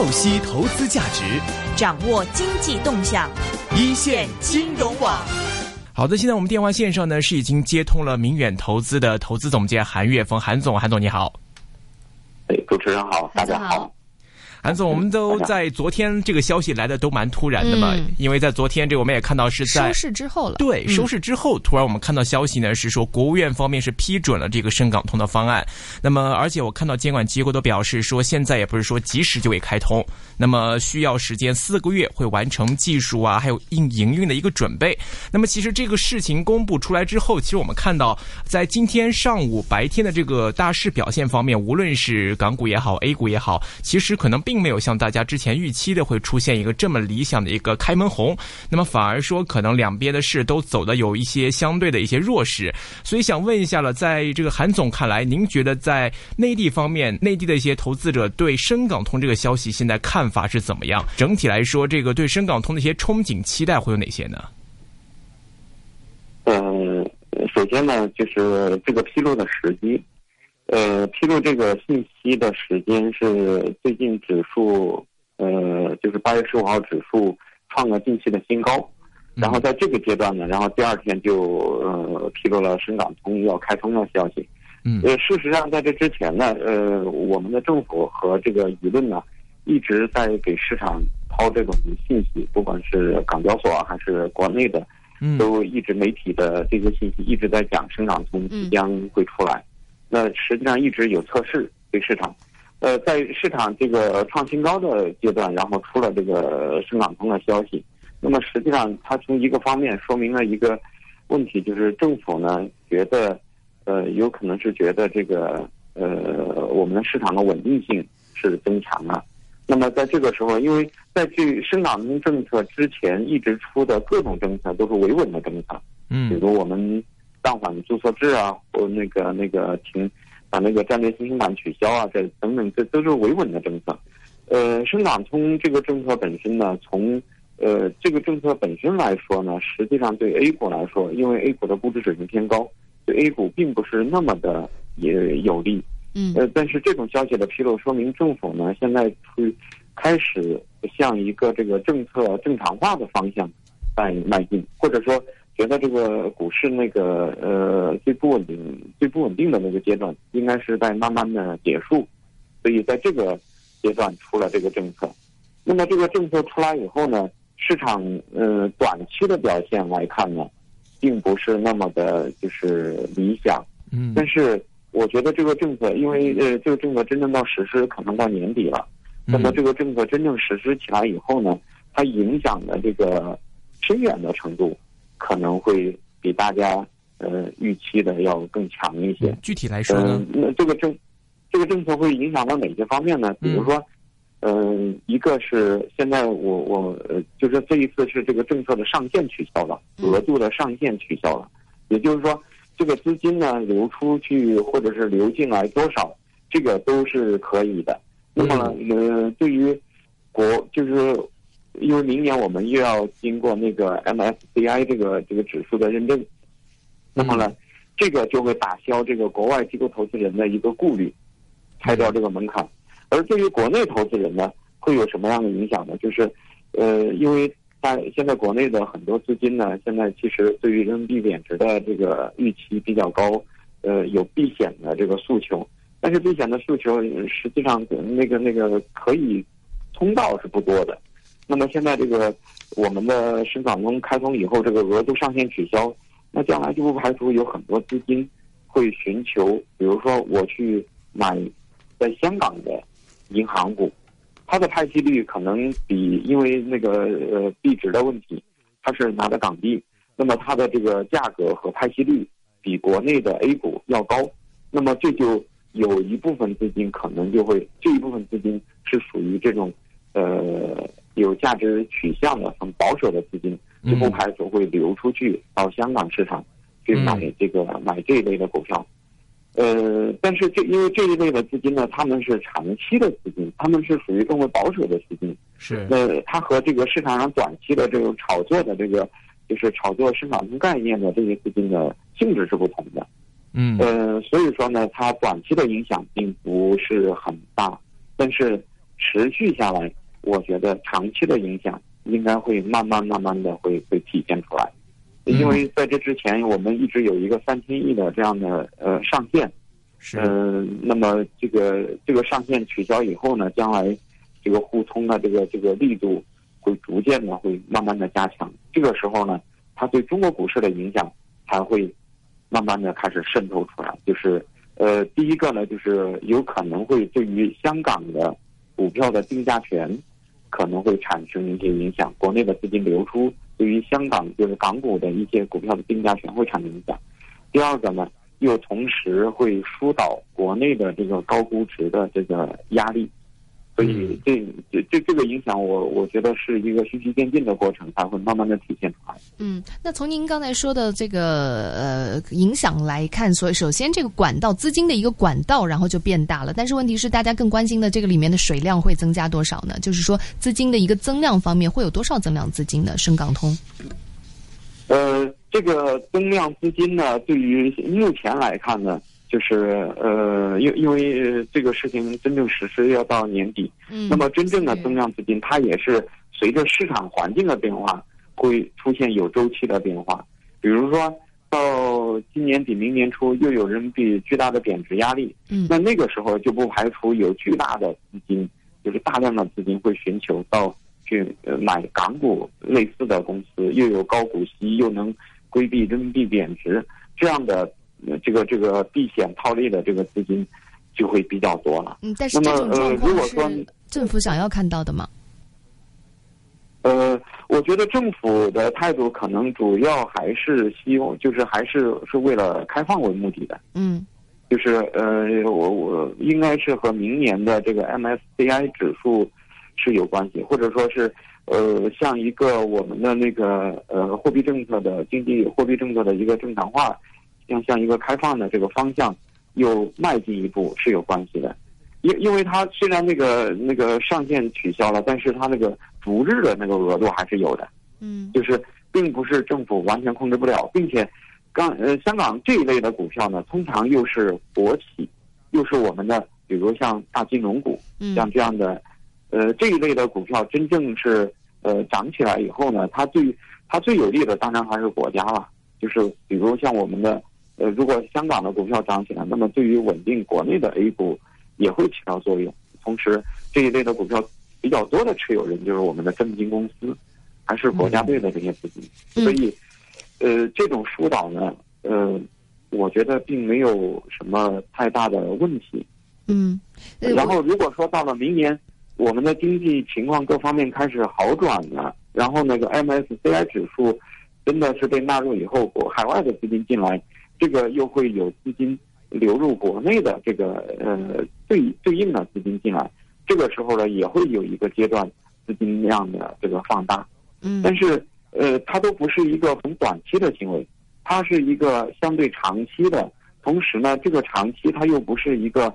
透析投资价值， 掌握经济动向， 一线金融网。好的，现在我们电话线上呢是已经接通了明远投资的投资总监韩岳峰，韩总你好。 主持人好，大家好。 韩总，我们都在昨天这个消息来的都蛮突然的嘛，因为在昨天这个我们也看到是在收市之后了。 对，收市之后，突然我们看到消息呢是说国务院方面是批准了这个深港通的方案。那么而且我看到监管机构都表示说，现在也不是说及时就会开通，那么需要时间4个月会完成技术啊还有营运的一个准备。那么其实这个事情公布出来之后，其实我们看到在今天上午白天的这个大势表现方面，无论是港股也好 A 股也好，其实可能并没有像大家之前预期的会出现一个这么理想的一个开门红，那么反而说可能两边的市都走的有一些相对的一些弱势。所以想问一下了，在这个韩总看来，您觉得在内地方面，内地的一些投资者对深港通这个消息现在看法是怎么样？整体来说，这个对深港通的一些憧憬期待会有哪些呢？ 首先呢，就是这个披露的时机。披露这个信息的时间是最近指数，就是8月15号指数创了近期的新高，然后在这个阶段呢，然后第二天就披露了深港通要开通的消息。事实上在这之前呢，我们的政府和这个舆论呢，一直在给市场抛这种信息，不管是港交所还是国内的，都一直媒体的这个信息一直在讲深港通即将会出来。那实际上一直有测试对市场，在市场这个创新高的阶段，然后出了这个深港通的消息。那么实际上它从一个方面说明了一个问题，就是政府呢觉得，有可能是觉得这个我们的市场的稳定性是增强了。那么在这个时候，因为在这深港通政策之前一直出的各种政策都是维稳的政策，比如我们暂缓注册制啊，或把那个战略新兴板取消啊，这等等，这都是维稳的政策。深港通这个政策本身呢，从这个政策本身来说呢，实际上对 A 股来说，因为 A 股的估值水平偏高，对 A 股并不是那么的也有利。但是这种消息的披露，说明政府呢现在开始向一个这个政策正常化的方向在迈进，或者说觉得这个股市那个最不稳定的那个阶段应该是在慢慢的结束，所以在这个阶段出了这个政策。那么这个政策出来以后呢，市场短期的表现来看呢，并不是那么的就是理想。但是我觉得这个政策，因为这个政策真正到实施可能到年底了，那么这个政策真正实施起来以后呢，它影响的这个深远的程度可能会比大家预期的要更强一些。 具体来说呢， 那这个政策会影响到哪些方面呢？比如说，一个是现在我就是这一次是这个政策的上限取消了，额度的上限取消了，也就是说这个资金呢流出去或者是流进来多少，这个都是可以的。那么对于就是因为明年我们又要经过那个 MSCI 这个指数的认证，那么呢，这个就会打消这个国外机构投资人的一个顾虑，拆掉这个门槛。而对于国内投资人呢，会有什么样的影响呢？就是因为现在国内的很多资金呢，现在其实对于人民币贬值的这个预期比较高，有避险的这个诉求，但是避险的诉求实际上那个可以通道是不多的。那么现在这个我们的深港通开通以后，这个额度上限取消，那将来就不排除有很多资金会寻求，比如说我去买在香港的银行股，它的派息率可能比，因为那个币值的问题，它是拿的港币，那么它的这个价格和派息率比国内的 A 股要高，那么这就有一部分资金可能就会，这一部分资金是属于这种有价值取向的很保守的资金，就不排除会流出去到香港市场去买这一类的股票。但是因为这一类的资金呢，他们是长期的资金，他们是属于更为保守的资金。 是。 它和这个市场上短期的这种炒作的就是炒作深港通概念的这些资金的性质是不同的。所以说呢，它短期的影响并不是很大，但是持续下来，我觉得长期的影响应该会慢慢的会体现出来。因为在这之前我们一直有一个3000亿的这样的上限，那么这个上限取消以后呢，将来这个互通的这个力度会逐渐的会慢慢的加强。这个时候呢，它对中国股市的影响才会慢慢的开始渗透出来。就是第一个呢，就是有可能会对于香港的股票的定价权可能会产生一些影响，国内的资金流出对于香港就是港股的一些股票的定价权会产生影响。第二个呢，又同时会疏导国内的这个高估值的这个压力，所以这个影响我觉得是一个循序渐进的过程，才会慢慢的体现出来。 那从您刚才说的这个影响来看，所以首先这个管道资金的一个管道然后就变大了，但是问题是大家更关心的这个里面的水量会增加多少呢？就是说资金的一个增量方面会有多少增量资金呢？深港通这个增量资金呢，对于目前来看呢，就是因为这个事情真正实施要到年底，那么真正的增量资金它也是随着市场环境的变化会出现有周期的变化。比如说到今年底明年初又有人民币巨大的贬值压力，那个时候就不排除有巨大的资金，就是大量的资金会寻求到去买港股类似的公司，又有高股息，又能规避人民币贬值，这样的这个避险套利的这个资金就会比较多了。 但是这种状况是政府想要看到的吗？ 我觉得政府的态度可能主要还是希望，就是还是为了开放为目的的。就是我应该是和明年的这个 MSCI 指数是有关系，或者说是像一个我们的那个货币政策的经济货币政策的一个正常化，像一个开放的这个方向又迈进一步是有关系的。因为它虽然那个上限取消了，但是它那个逐日的那个额度还是有的。就是并不是政府完全控制不了，并且香港这一类的股票呢，通常又是国企，又是我们的比如像大金融股，像这样的这一类的股票真正是涨起来以后呢，它最有利的当然还是国家了。就是比如像我们的如果香港的股票涨起来，那么对于稳定国内的 A 股也会起到作用。同时这一类的股票比较多的持有人就是我们的证金公司，还是国家队的这些资金。所以这种疏导呢我觉得并没有什么太大的问题。然后如果说到了明年我们的经济情况各方面开始好转了，然后那个 MSCI 指数真的是被纳入以后，海外的资金进来，这个又会有资金流入国内的这个对应的资金进来，这个时候呢也会有一个阶段资金量的这个放大。但是它都不是一个很短期的行为，它是一个相对长期的。同时呢，这个长期它又不是一个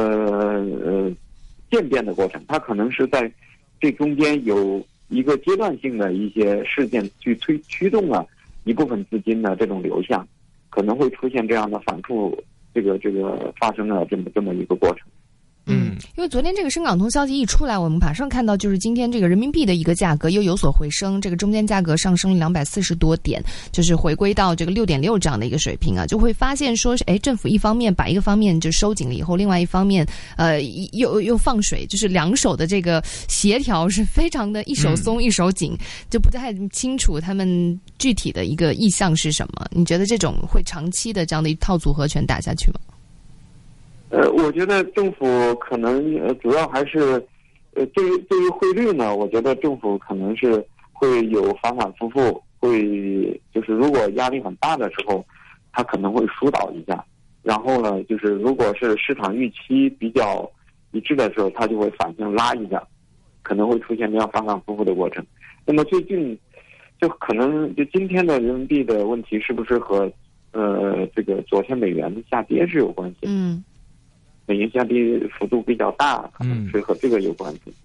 渐变的过程，它可能是在这中间有一个阶段性的一些事件去驱动了一部分资金的这种流向，可能会出现这样的反复这个发生了这么一个过程。 因为昨天这个深港通消息一出来，我们马上看到就是今天这个人民币的一个价格又有所回升，这个中间价格上升了240多点，就是回归到这个6.6这样的一个水平啊，就会发现说政府一方面把一个方面就收紧了以后，另外一方面又放水，就是两手的这个协调是非常的一手松一手紧，就不太清楚他们具体的一个意向是什么。你觉得这种会长期的这样的一套组合拳打下去吗？ 我觉得政府可能主要还是对于汇率呢，我觉得政府可能是会有反反复复，会就是如果压力很大的时候，它可能会疏导一下，然后呢，就是如果是市场预期比较一致的时候，它就会反向拉一下，可能会出现这样反反复复的过程。那么最近就可能就今天的人民币的问题是不是和这个昨天美元的下跌是有关系？美元下跌幅度比较大，可能是和这个有关系。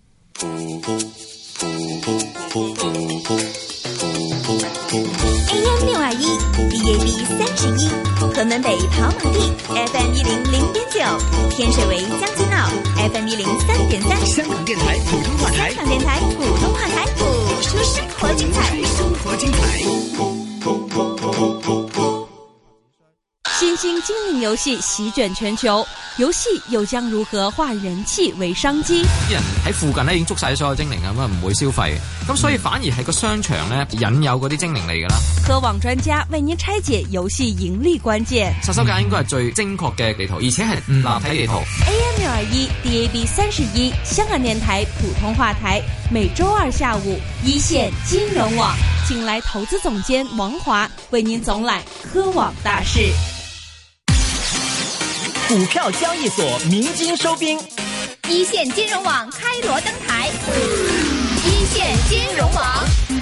AM621 DAB 31，河屯门北跑马地 FM100.9，天水围将军澳 FM103.3， 香港电台普通话台， 香港电台普通话台，谱出生活精彩， 生活精彩。 新兴精灵遊戲席捲全球，遊戲又將如何化人氣為商機？ 啲人喺附近咧已經捉晒所有精靈啊，咁唔會消費，咁所以反而係個商場咧引誘嗰啲精靈嚟㗎啦。 科網專家為您拆解遊戲盈利關鍵。 殺手鐧應該係最精確嘅地圖，而且係立體地圖。 AM621 DAB 31，香港電台普通話台，每週二下午一線金融網，請來投資總監王華為您總攬科網大事。 股票交易所鸣金收兵， 一線金融網開鑼登台，一線金融網。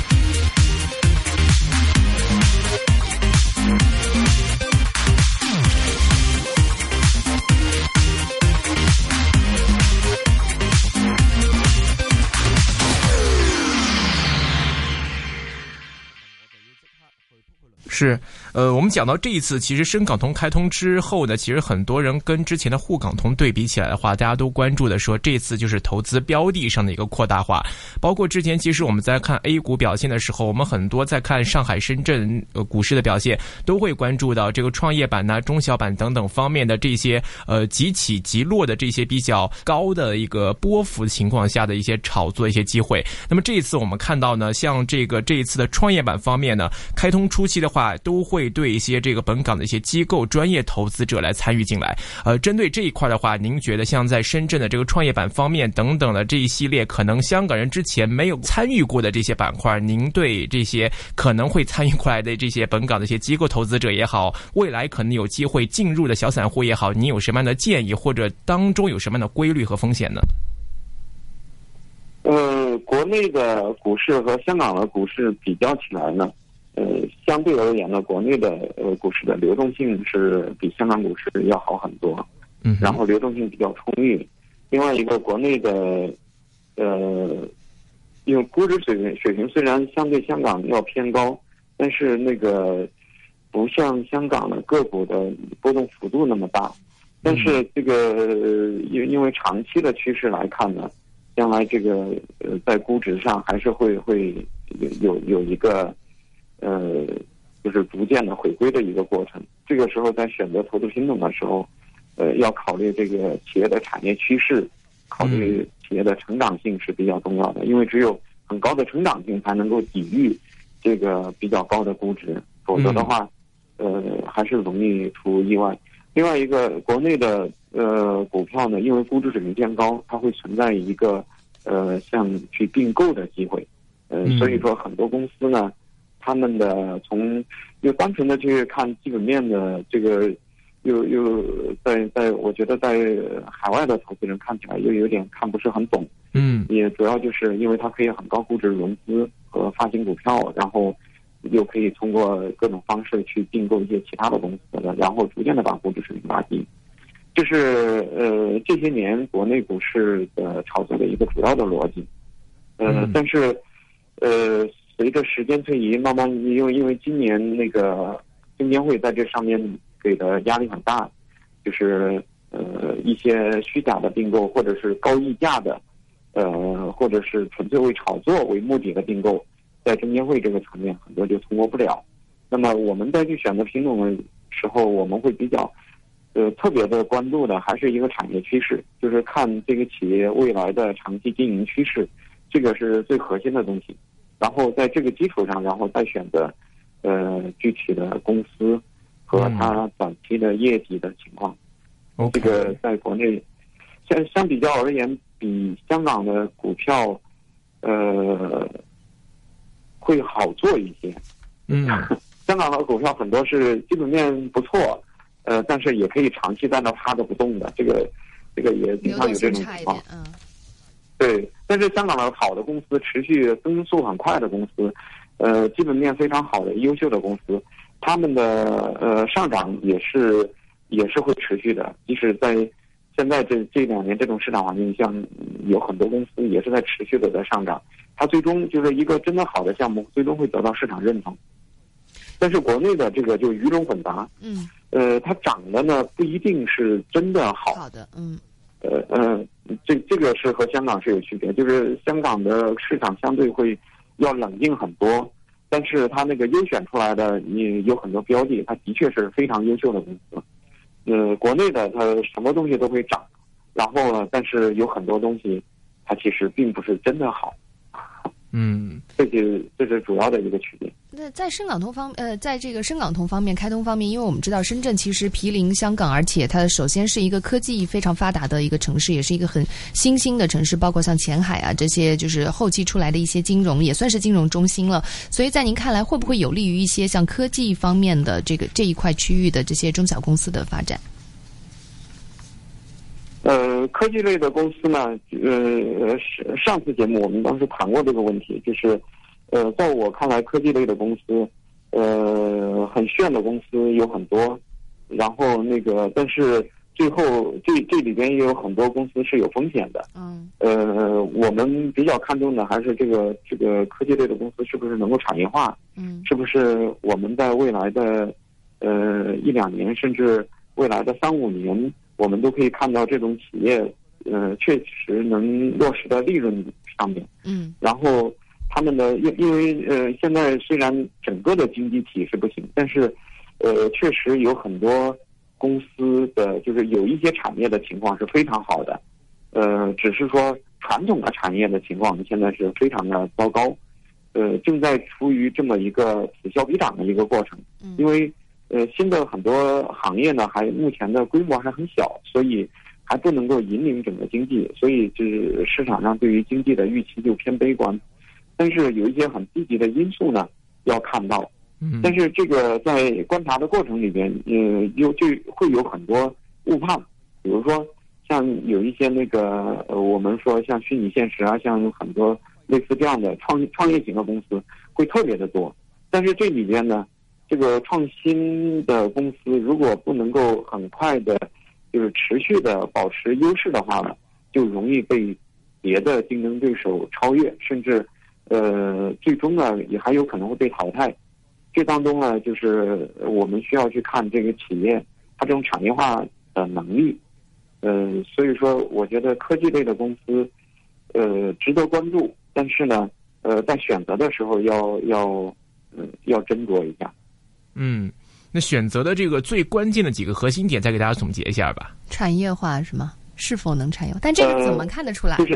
是，我们讲到这一次，其实深港通开通之后呢，其实很多人跟之前的沪港通对比起来的话，大家都关注的说这次就是投资标的上的一个扩大化。包括之前其实我们在看 A 股表现的时候，我们很多在看上海、深圳股市的表现，都会关注到这个创业板中小板等等方面的这些急起急落的这些比较高的一个波幅情况下的一些炒作一些机会。那么这一次我们看到呢，像这一次的创业板方面呢，开通初期的话都会对一些这个本港的一些机构专业投资者来参与进来。针对这一块的话，您觉得像在深圳的这个创业板方面等等的这一系列可能香港人之前没有参与过的这些板块，您对这些可能会参与过来的这些本港的一些机构投资者也好，未来可能有机会进入的小散户也好，你有什么样的建议，或者当中有什么样的规律和风险呢？ 国内的股市和香港的股市比较起来呢，相对而言呢，国内的股市的流动性是比香港股市要好很多，然后流动性比较充裕。另外一个，国内的因为估值水平虽然相对香港要偏高，但是那个不像香港的个股的波动幅度那么大。但是这个因为长期的趋势来看呢，将来这个在估值上还是会有一个就是逐渐的回归的一个过程。这个时候在选择投资品种的时候，要考虑这个企业的产业趋势，考虑企业的成长性是比较重要的，因为只有很高的成长性才能够抵御这个比较高的估值，否则的话，还是容易出意外。另外一个，国内的股票呢，因为估值水平偏高，它会存在一个像去并购的机会，所以说很多公司呢，他们的又单纯的去看基本面的这个，又在我觉得在海外的投资人看起来又有点看不是很懂，也主要就是因为它可以很高估值融资和发行股票，然后又可以通过各种方式去并购一些其他的公司的，然后逐渐的把估值水平拉低。这是这些年国内股市的炒作的一个主要的逻辑。但是随着时间推移，慢慢因为今年那个证监会在这上面给的压力很大，就是一些虚假的并购或者是高溢价的或者是纯粹为炒作为目的的并购，在证监会这个层面很多就通过不了。那么我们在去选择品种的时候，我们会比较特别的关注的还是一个产业趋势，就是看这个企业未来的长期经营趋势，这个是最核心的东西。然后在这个基础上，然后再选择具体的公司和它短期的业绩的情况。这个在国内相比较而言，比香港的股票会好做一些。香港的股票很多是基本面不错，但是也可以长期在那趴着不动的，这个也经常有这种情况。对，但是香港的好的公司，持续增速很快的公司，基本面非常好的优秀的公司，他们的上涨也是会持续的，即使在现在这2年这种市场环境下，有很多公司也是在持续的在上涨，它最终就是一个真的好的项目，最终会得到市场认同。 但是国内的这个就鱼龙混杂，它涨的呢不一定是真的好。 好的， 这个是和香港是有区别，就是香港的市场相对会要冷静很多，但是它那个优选出来的，你有很多标的，它的确是非常优秀的公司。国内的它什么东西都会涨，然后呢，但是有很多东西它其实并不是真的好。这是主要的一个区别。 那在深港通在这个深港通方面、开通方面，因为我们知道深圳其实毗邻香港，而且它首先是一个科技非常发达的一个城市，也是一个很新兴的城市，包括像前海啊这些，就是后期出来的一些金融，也算是金融中心了。所以在您看来，会不会有利于一些像科技方面的这一块区域的这些中小公司的发展？ 科技类的公司呢，上次节目我们当时谈过这个问题，就是在我看来，科技类的公司，很炫的公司有很多，然后但是最后这里边也有很多公司是有风险的。我们比较看重的还是这个科技类的公司是不是能够产业化，是不是我们在未来的1-2年，甚至未来的3-5年，我们都可以看到这种企业确实能落实在利润上面。然后他们的因为现在虽然整个的经济体是不行，但是确实有很多公司的就是有一些产业的情况是非常好的，只是说传统的产业的情况现在是非常的糟糕，正在处于这么一个此消彼长的一个过程。因为新的很多行业呢，目前的规模还很小，所以还不能够引领整个经济，所以就是市场上对于经济的预期就偏悲观。但是有一些很积极的因素呢要看到，但是这个在观察的过程里边，就会有很多误判，比如说像有一些我们说像虚拟现实啊，像有很多类似这样的创业型的公司会特别的多，但是这里边呢，这个创新的公司如果不能够很快的，就是持续的保持优势的话呢，就容易被别的竞争对手超越，甚至最终呢也还有可能会被淘汰。这当中呢，就是我们需要去看这个企业它这种产业化的能力。所以说我觉得科技类的公司值得关注，但是呢在选择的时候要斟酌一下。 那选择的这个最关键的几个核心点，再给大家总结一下吧。 产业化是吗？是否能产业化？但这个怎么看得出来呢？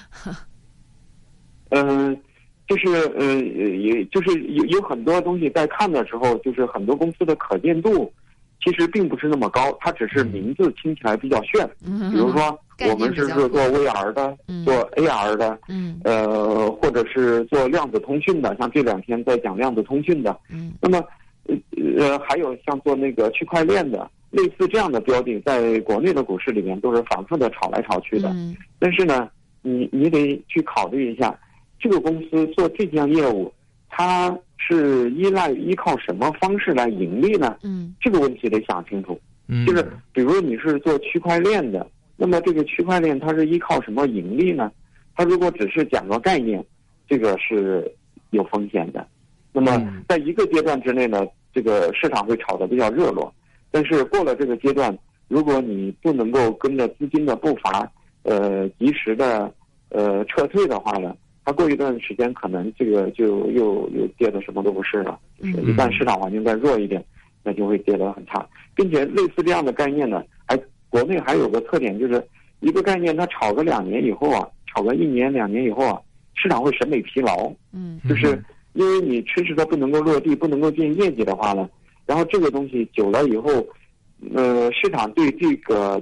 也就是有很多东西在看的时候，就是很多公司的可见度其实并不是那么高，它只是名字听起来比较炫。比如说我们是做 VR 的，做 AR 的，或者是做量子通讯的，像这2天在讲量子通讯的。那么还有像做区块链的，类似这样的标的，在国内的股市里面都是反复的炒来炒去的。但是呢，你得去考虑一下，这个公司做这项业务，它是依靠什么方式来盈利呢？这个问题得想清楚。就是比如你是做区块链的，那么这个区块链它是依靠什么盈利呢？它如果只是讲个概念，这个是有风险的。那么在一个阶段之内呢，这个市场会炒得比较热络，但是过了这个阶段，如果你不能够跟着资金的步伐，及时的撤退的话呢，它过一段时间可能这个就又跌得什么都不是了。就是一旦市场环境再弱一点，那就会跌得很差。并且类似这样的概念呢，国内还有个特点，就是一个概念它炒个2年以后啊，炒个1年2年以后啊，市场会审美疲劳。就是因为你迟迟的不能够落地，不能够见业绩的话呢，然后这个东西久了以后，市场对这个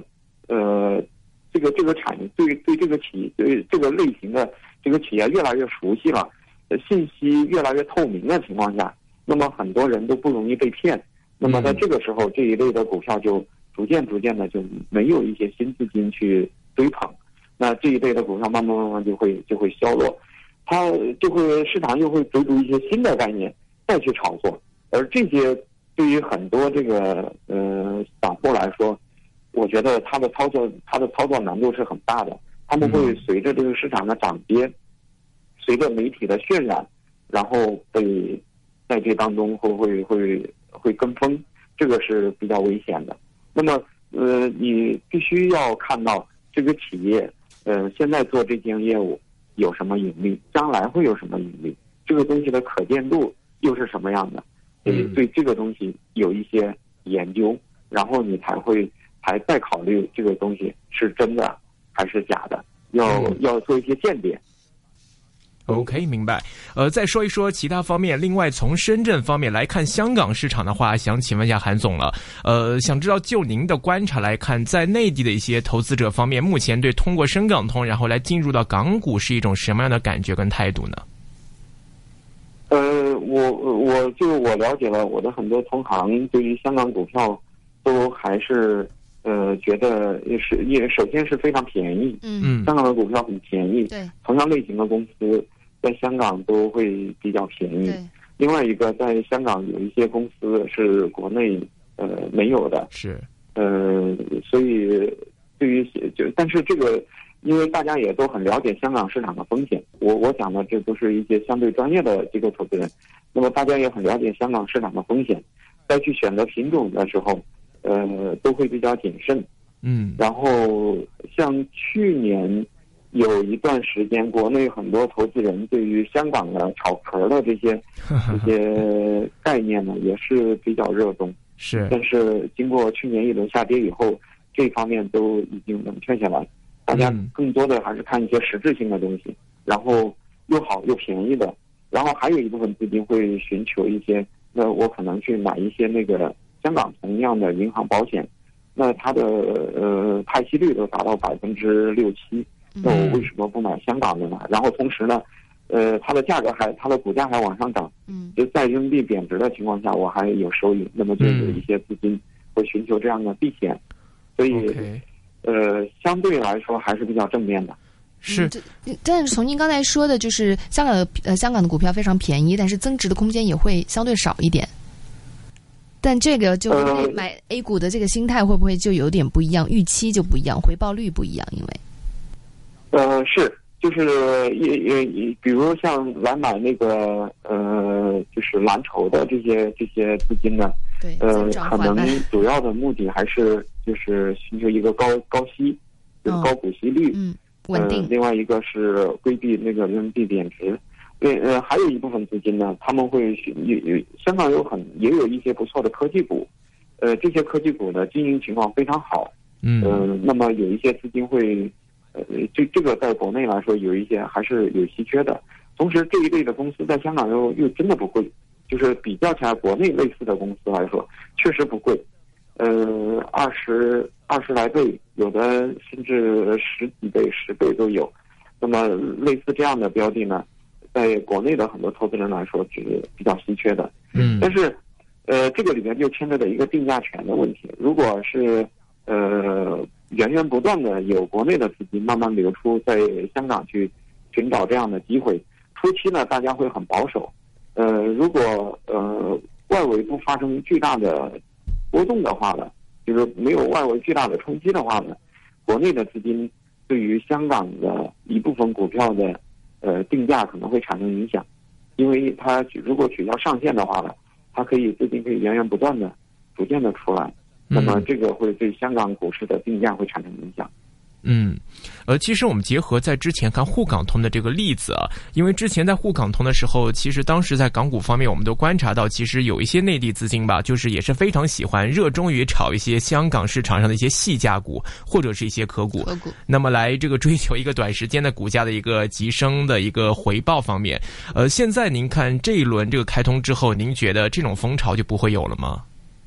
产业，对这个企业，对这个类型的这个企业越来越熟悉了，信息越来越透明的情况下，那么很多人都不容易被骗。那么在这个时候，这一类的股票就逐渐的就没有一些新资金去追捧，那这一类的股票慢慢就会消落。它就会市场又会追逐一些新的概念再去炒作，而这些对于很多这个散户来说，我觉得它的操作难度是很大的。他们会随着这个市场的涨跌，随着媒体的渲染，然后被在这当中会跟风，这个是比较危险的。那么你必须要看到这个企业现在做这件业务有什么盈利，将来会有什么盈利，这个东西的可见度又是什么样的，对这个东西有一些研究，然后你才再考虑这个东西是真的还是假的，要做一些鉴别。 OK， 明白。再说一说其他方面。另外，从深圳方面来看香港市场的话，想请问一下韩总了。想知道就您的观察来看，在内地的一些投资者方面，目前对通过深港通然后来进入到港股是一种什么样的感觉跟态度呢？ 我了解了，我的很多同行对于香港股票都还是觉得也首先是非常便宜，香港的股票很便宜， 对， 同样类型的公司在香港都会比较便宜。另外一个，在香港有一些公司是国内没有的， 是所以对于但是这个，因为大家也都很了解香港市场的风险，我讲的这都是一些相对专业的机构投资人，那么大家也很了解香港市场的风险，在去选择品种的时候，都会比较谨慎。然后像去年有一段时间，国内很多投资人对于香港的炒壳的这些概念呢，也是比较热衷。 是， 但是经过去年一轮下跌以后，这方面都已经冷却下来，大家更多的还是看一些实质性的东西，然后又好又便宜的。然后还有一部分资金会寻求一些，那我可能去买一些那个香港同样的银行保险，那它的派息率都达到6%-7%，那我为什么不买香港的呢？然后同时呢，它的股价还往上涨，就在人民币贬值的情况下，我还有收益，那么就有一些资金会寻求这样的避险，所以相对来说还是比较正面的。 是， 但是从您刚才说的，就是香港的股票非常便宜，但是增值的空间也会相对少一点。但这个就买 A 股的这个心态会不会就有点不一样？预期就不一样，回报率不一样，因为是，就是比如像来买那个就是蓝筹的这些资金呢， 对， 可能主要的目的还是就是寻求一个高息，就是高股息率， 稳定。 另外一个是规避那个人民币贬值。还有一部分资金呢，他们会香港也有一些不错的科技股，这些科技股的经营情况非常好，那么有一些资金会，这个在国内来说有一些还是有稀缺的。同时这一类的公司在香港又真的不贵，就是比较起来国内类似的公司来说，确实不贵，20来倍，有的甚至10几倍、10倍都有。那么类似这样的标的呢，在国内的很多投资人来说是比较稀缺的。但是这个里面就牵扯到一个定价权的问题。如果是源源不断的有国内的资金慢慢流出，在香港去寻找这样的机会，初期呢大家会很保守。如果外围不发生巨大的波动的话呢，就是没有外围巨大的冲击的话呢，国内的资金对于香港的一部分股票的定价可能会产生影响，因为它如果取消上限的话呢，它资金可以源源不断的逐渐的出来，那么这个会对香港股市的定价会产生影响。 其实我们结合在之前看沪港通的这个例子啊，因为之前在沪港通的时候，其实当时在港股方面我们都观察到，其实有一些内地资金吧，就是也是非常喜欢热衷于炒一些香港市场上的一些细价股或者是一些科股，那么来这个追求一个短时间的股价的一个急升的一个回报方面。现在您看这一轮这个开通之后，您觉得这种风潮就不会有了吗？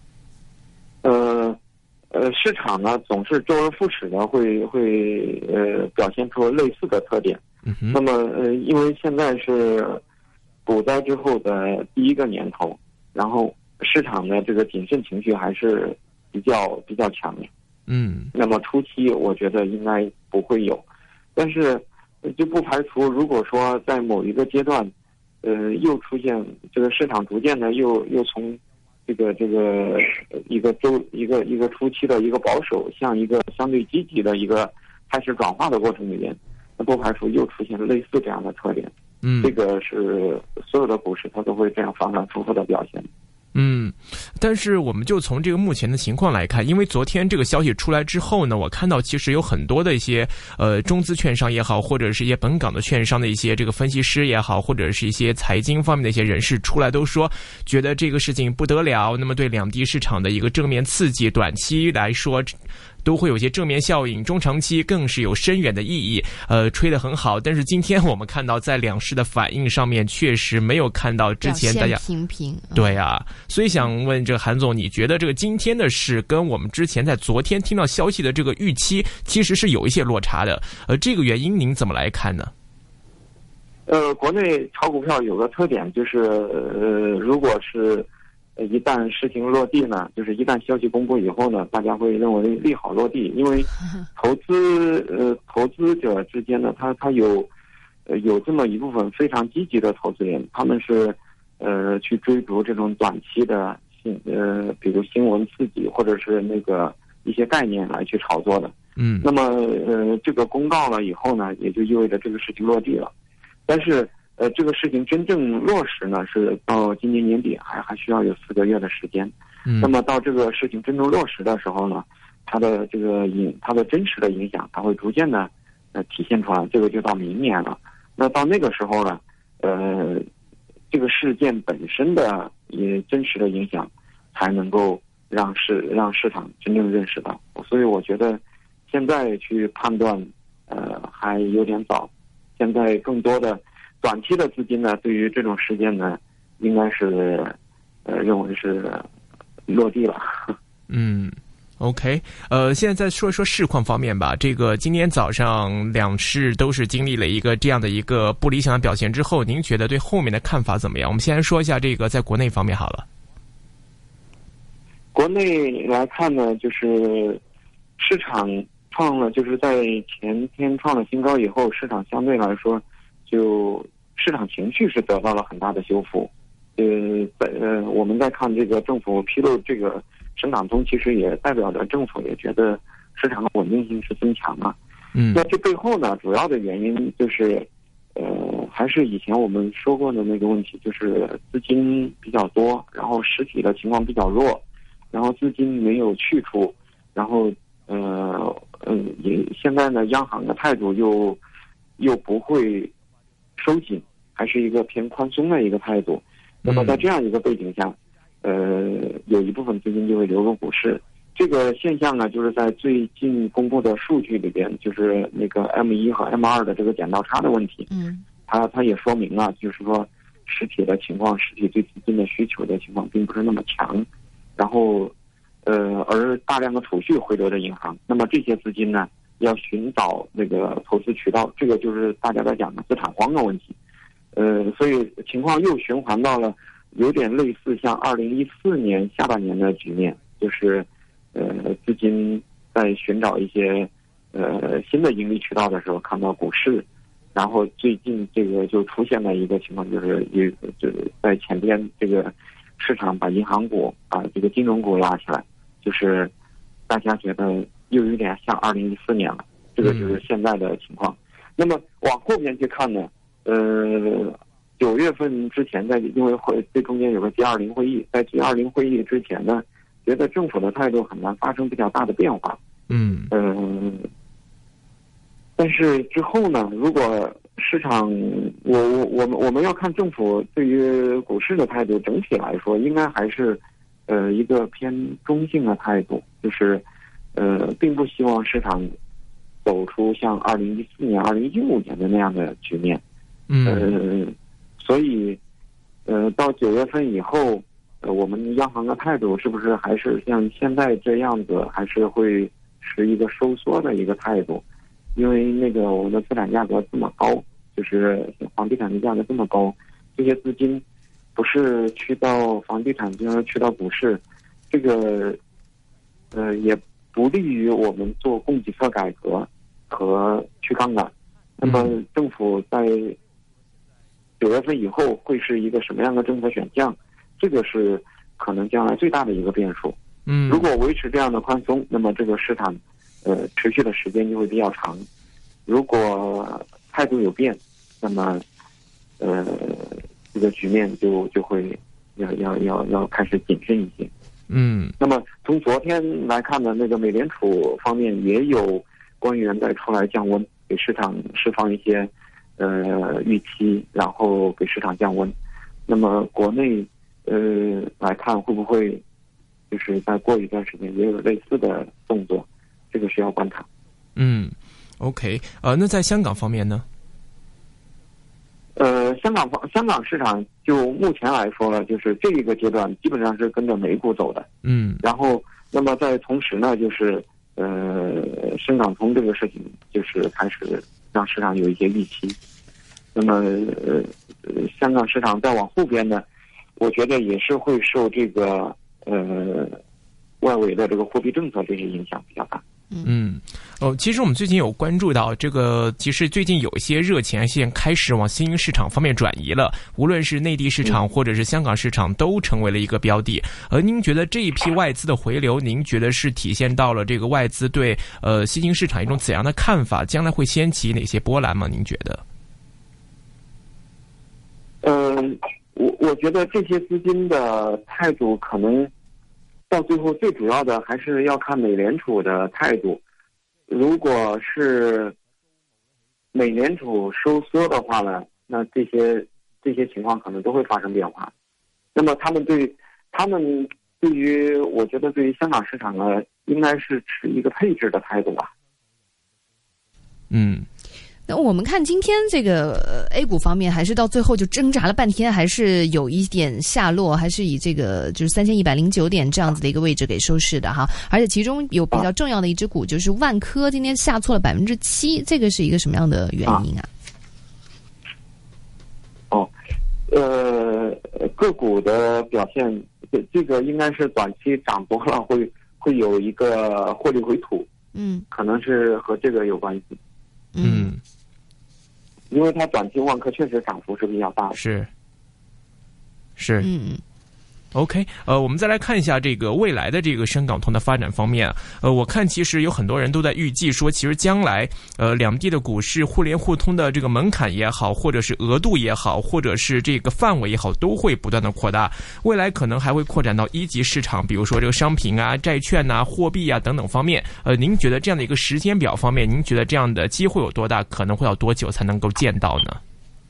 市场呢总是周而复始的会表现出类似的特点。那么因为现在是股灾之后的第一个年头，然后市场的这个谨慎情绪还是比较强烈。那么初期我觉得应该不会有，但是就不排除如果说在某一个阶段又出现这个市场逐渐的又从这个一个初期的一个保守向一个相对积极的一个开始转化的过程里面，那不排除又出现类似这样的特点。这个是所有的股市它都会这样反反复复的表现。 但是我们就从这个目前的情况来看，因为昨天这个消息出来之后呢，我看到其实有很多的一些中资券商也好，或者是一些本港的券商的一些这个分析师也好，或者是一些财经方面的一些人士出来都说，觉得这个事情不得了，那么对两地市场的一个正面刺激，短期来说都会有些正面效应，中长期更是有深远的意义，吹得很好。但是今天我们看到在两市的反应上面，确实没有看到之前大家平平。 对啊，所以想问这个韩总，你觉得这个今天的事跟我们之前在昨天听到消息的这个预期，其实是有一些落差的。这个原因您怎么来看呢？ 国内炒股票有个特点，就是如果是一旦事情落地呢，就是一旦消息公布以后呢，大家会认为利好落地，因为投资者之间呢，他有这么一部分非常积极的投资人，他们是去追逐这种短期的比如新闻刺激或者是那个一些概念来去炒作的。那么这个公告了以后呢，也就意味着这个事情落地了。但是这个事情真正落实呢，是到今年年底还需要有4个月的时间。那么到这个事情真正落实的时候呢，它的真实的影响，它会逐渐的体现出来。这个就到明年了。那到那个时候呢，这个事件本身的也真实的影响，才能够让市场真正认识到。所以我觉得现在去判断，还有点早。现在更多的短期的资金呢，对于这种事件呢，应该是认为是落地了。 OK， 现在再说一说市况方面吧。这个今天早上两市都是经历了一个这样的一个不理想的表现之后，您觉得对后面的看法怎么样？我们先来说一下这个在国内方面好了。 国内来看呢，就是市场就是在前天创了新高以后，市场相对来说，就市场情绪是得到了很大的修复。我们在看这个政府披露这个深港通，其实也代表着政府也觉得市场的稳定性是增强了。那这背后呢，主要的原因就是，还是以前我们说过的那个问题，就是资金比较多，然后实体的情况比较弱，然后资金没有去处，然后也现在呢，央行的态度又不会收紧，还是一个偏宽松的一个态度。那么在这样一个背景下，有一部分资金就会流入股市。这个现象呢，就是在最近公布的数据里边，就是那个 M1 和 M2 的这个剪刀差的问题。它也说明了，就是说实体的情况，实体对资金的需求的情况并不是那么强。然后而大量的储蓄回流的银行，那么这些资金呢，要寻找那个投资渠道，这个就是大家在讲的资产荒的问题。所以情况又循环到了有点类似像2014年下半年的局面，就是资金在寻找一些新的盈利渠道的时候，看到股市，然后最近这个就出现了一个情况，就是在前边这个市场把银行股这个金融股拉起来，就是大家觉得又有点像2014年了，这个就是现在的情况。那么往后边去看呢，9月份之前因为这中间有个 G20 会议，在 G20 会议之前呢，觉得政府的态度很难发生比较大的变化。但是之后呢，如果市场我们要看政府对于股市的态度，整体来说应该还是一个偏中性的态度，就是并不希望市场走出像2014年、2015年的那样的局面。所以到9月份以后，我们央行的态度是不是还是像现在这样子，还是会是一个收缩的一个态度？因为那个我们的资产价格这么高，就是房地产的价格这么高，这些资金不是去到房地产，就是去到股市，这个也不利于我们做供给侧改革和去杠杆。那么政府在9月份以后会是一个什么样的政策选项？这个是可能将来最大的一个变数。如果维持这样的宽松，那么这个市场持续的时间就会比较长。如果态度有变，那么这个局面就会要开始谨慎一些。那么从昨天来看呢，那个美联储方面也有官员在出来降温，给市场释放一些预期，然后给市场降温。那么国内来看会不会就是再过一段时间也有类似的动作，这个需要观察。 OK， 那在香港方面呢？ 香港市场就目前来说呢，就是这一个阶段基本上是跟着美股走的。然后那么在同时呢，就是深港通这个事情就是开始让市场有一些预期。那么香港市场再往后边呢，我觉得也是会受这个外围的这个货币政策这些影响比较大。 其实我们最近有关注到这个，其实最近有一些热钱现开始往新兴市场方面转移了，无论是内地市场或者是香港市场都成为了一个标的。而您觉得这一批外资的回流，您觉得是体现到了这个外资对新兴市场一种怎样的看法？将来会掀起哪些波澜吗？您觉得？ 我觉得这些资金的态度可能到最后最主要的还是要看美联储的态度。如果是美联储收缩的话呢，那这些情况可能都会发生变化。那么他们对于我觉得对于香港市场呢，应该是持一个配置的态度吧。 那我们看今天这个A 股方面，还是到最后就挣扎了半天，还是有一点下落，还是以这个就是3109点这样子的一个位置给收市的哈。而且其中有比较重要的一只股就是万科，今天下挫了7%，这个是一个什么样的原因啊？ 个股的表现，这个应该是短期涨多了会有一个获利回吐，可能是和这个有关系。因为它短期万科确实涨幅是比较大的。是。 OK， 我们再来看一下这个未来的这个深港通的发展方面。我看其实有很多人都在预计说，其实将来两地的股市互联互通的这个门槛也好，或者是额度也好，或者是这个范围也好，都会不断的扩大。未来可能还会扩展到一级市场，比如说这个商品啊、债券啊、货币啊等等方面。您觉得这样的一个时间表方面，您觉得这样的机会有多大？可能会要多久才能够见到呢？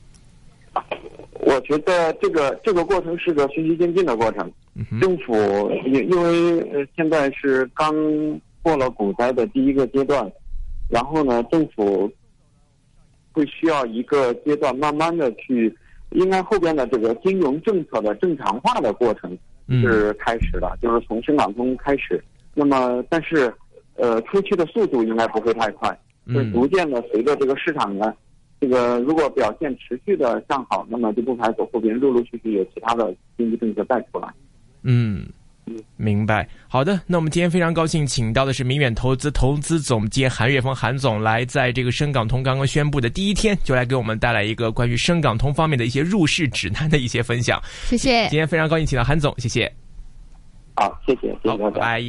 我觉得这个过程是个循序渐进的过程。政府因为现在是刚过了股灾的第一个阶段，然后呢，政府会需要一个阶段慢慢的去，应该后边的这个金融政策的正常化的过程是开始了，就是从深港通开始。那么但是初期的速度应该不会太快，会逐渐的随着这个市场呢，这个如果表现持续的向好，那么就不排除后边陆陆续续有其他的经济政策再出来。 明白。好的，那我们今天非常高兴请到的是明远投资投资总监韩岳峰韩总，来在这个深港通刚刚宣布的第一天，就来给我们带来一个关于深港通方面的一些入市指南的一些分享。 谢谢。 今天非常高兴请到韩总，谢谢。 好，谢谢大家。 拜拜。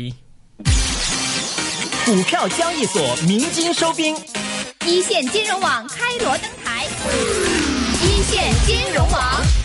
股票交易所鸣金收兵， 一线金融网开锣登台，一线金融网。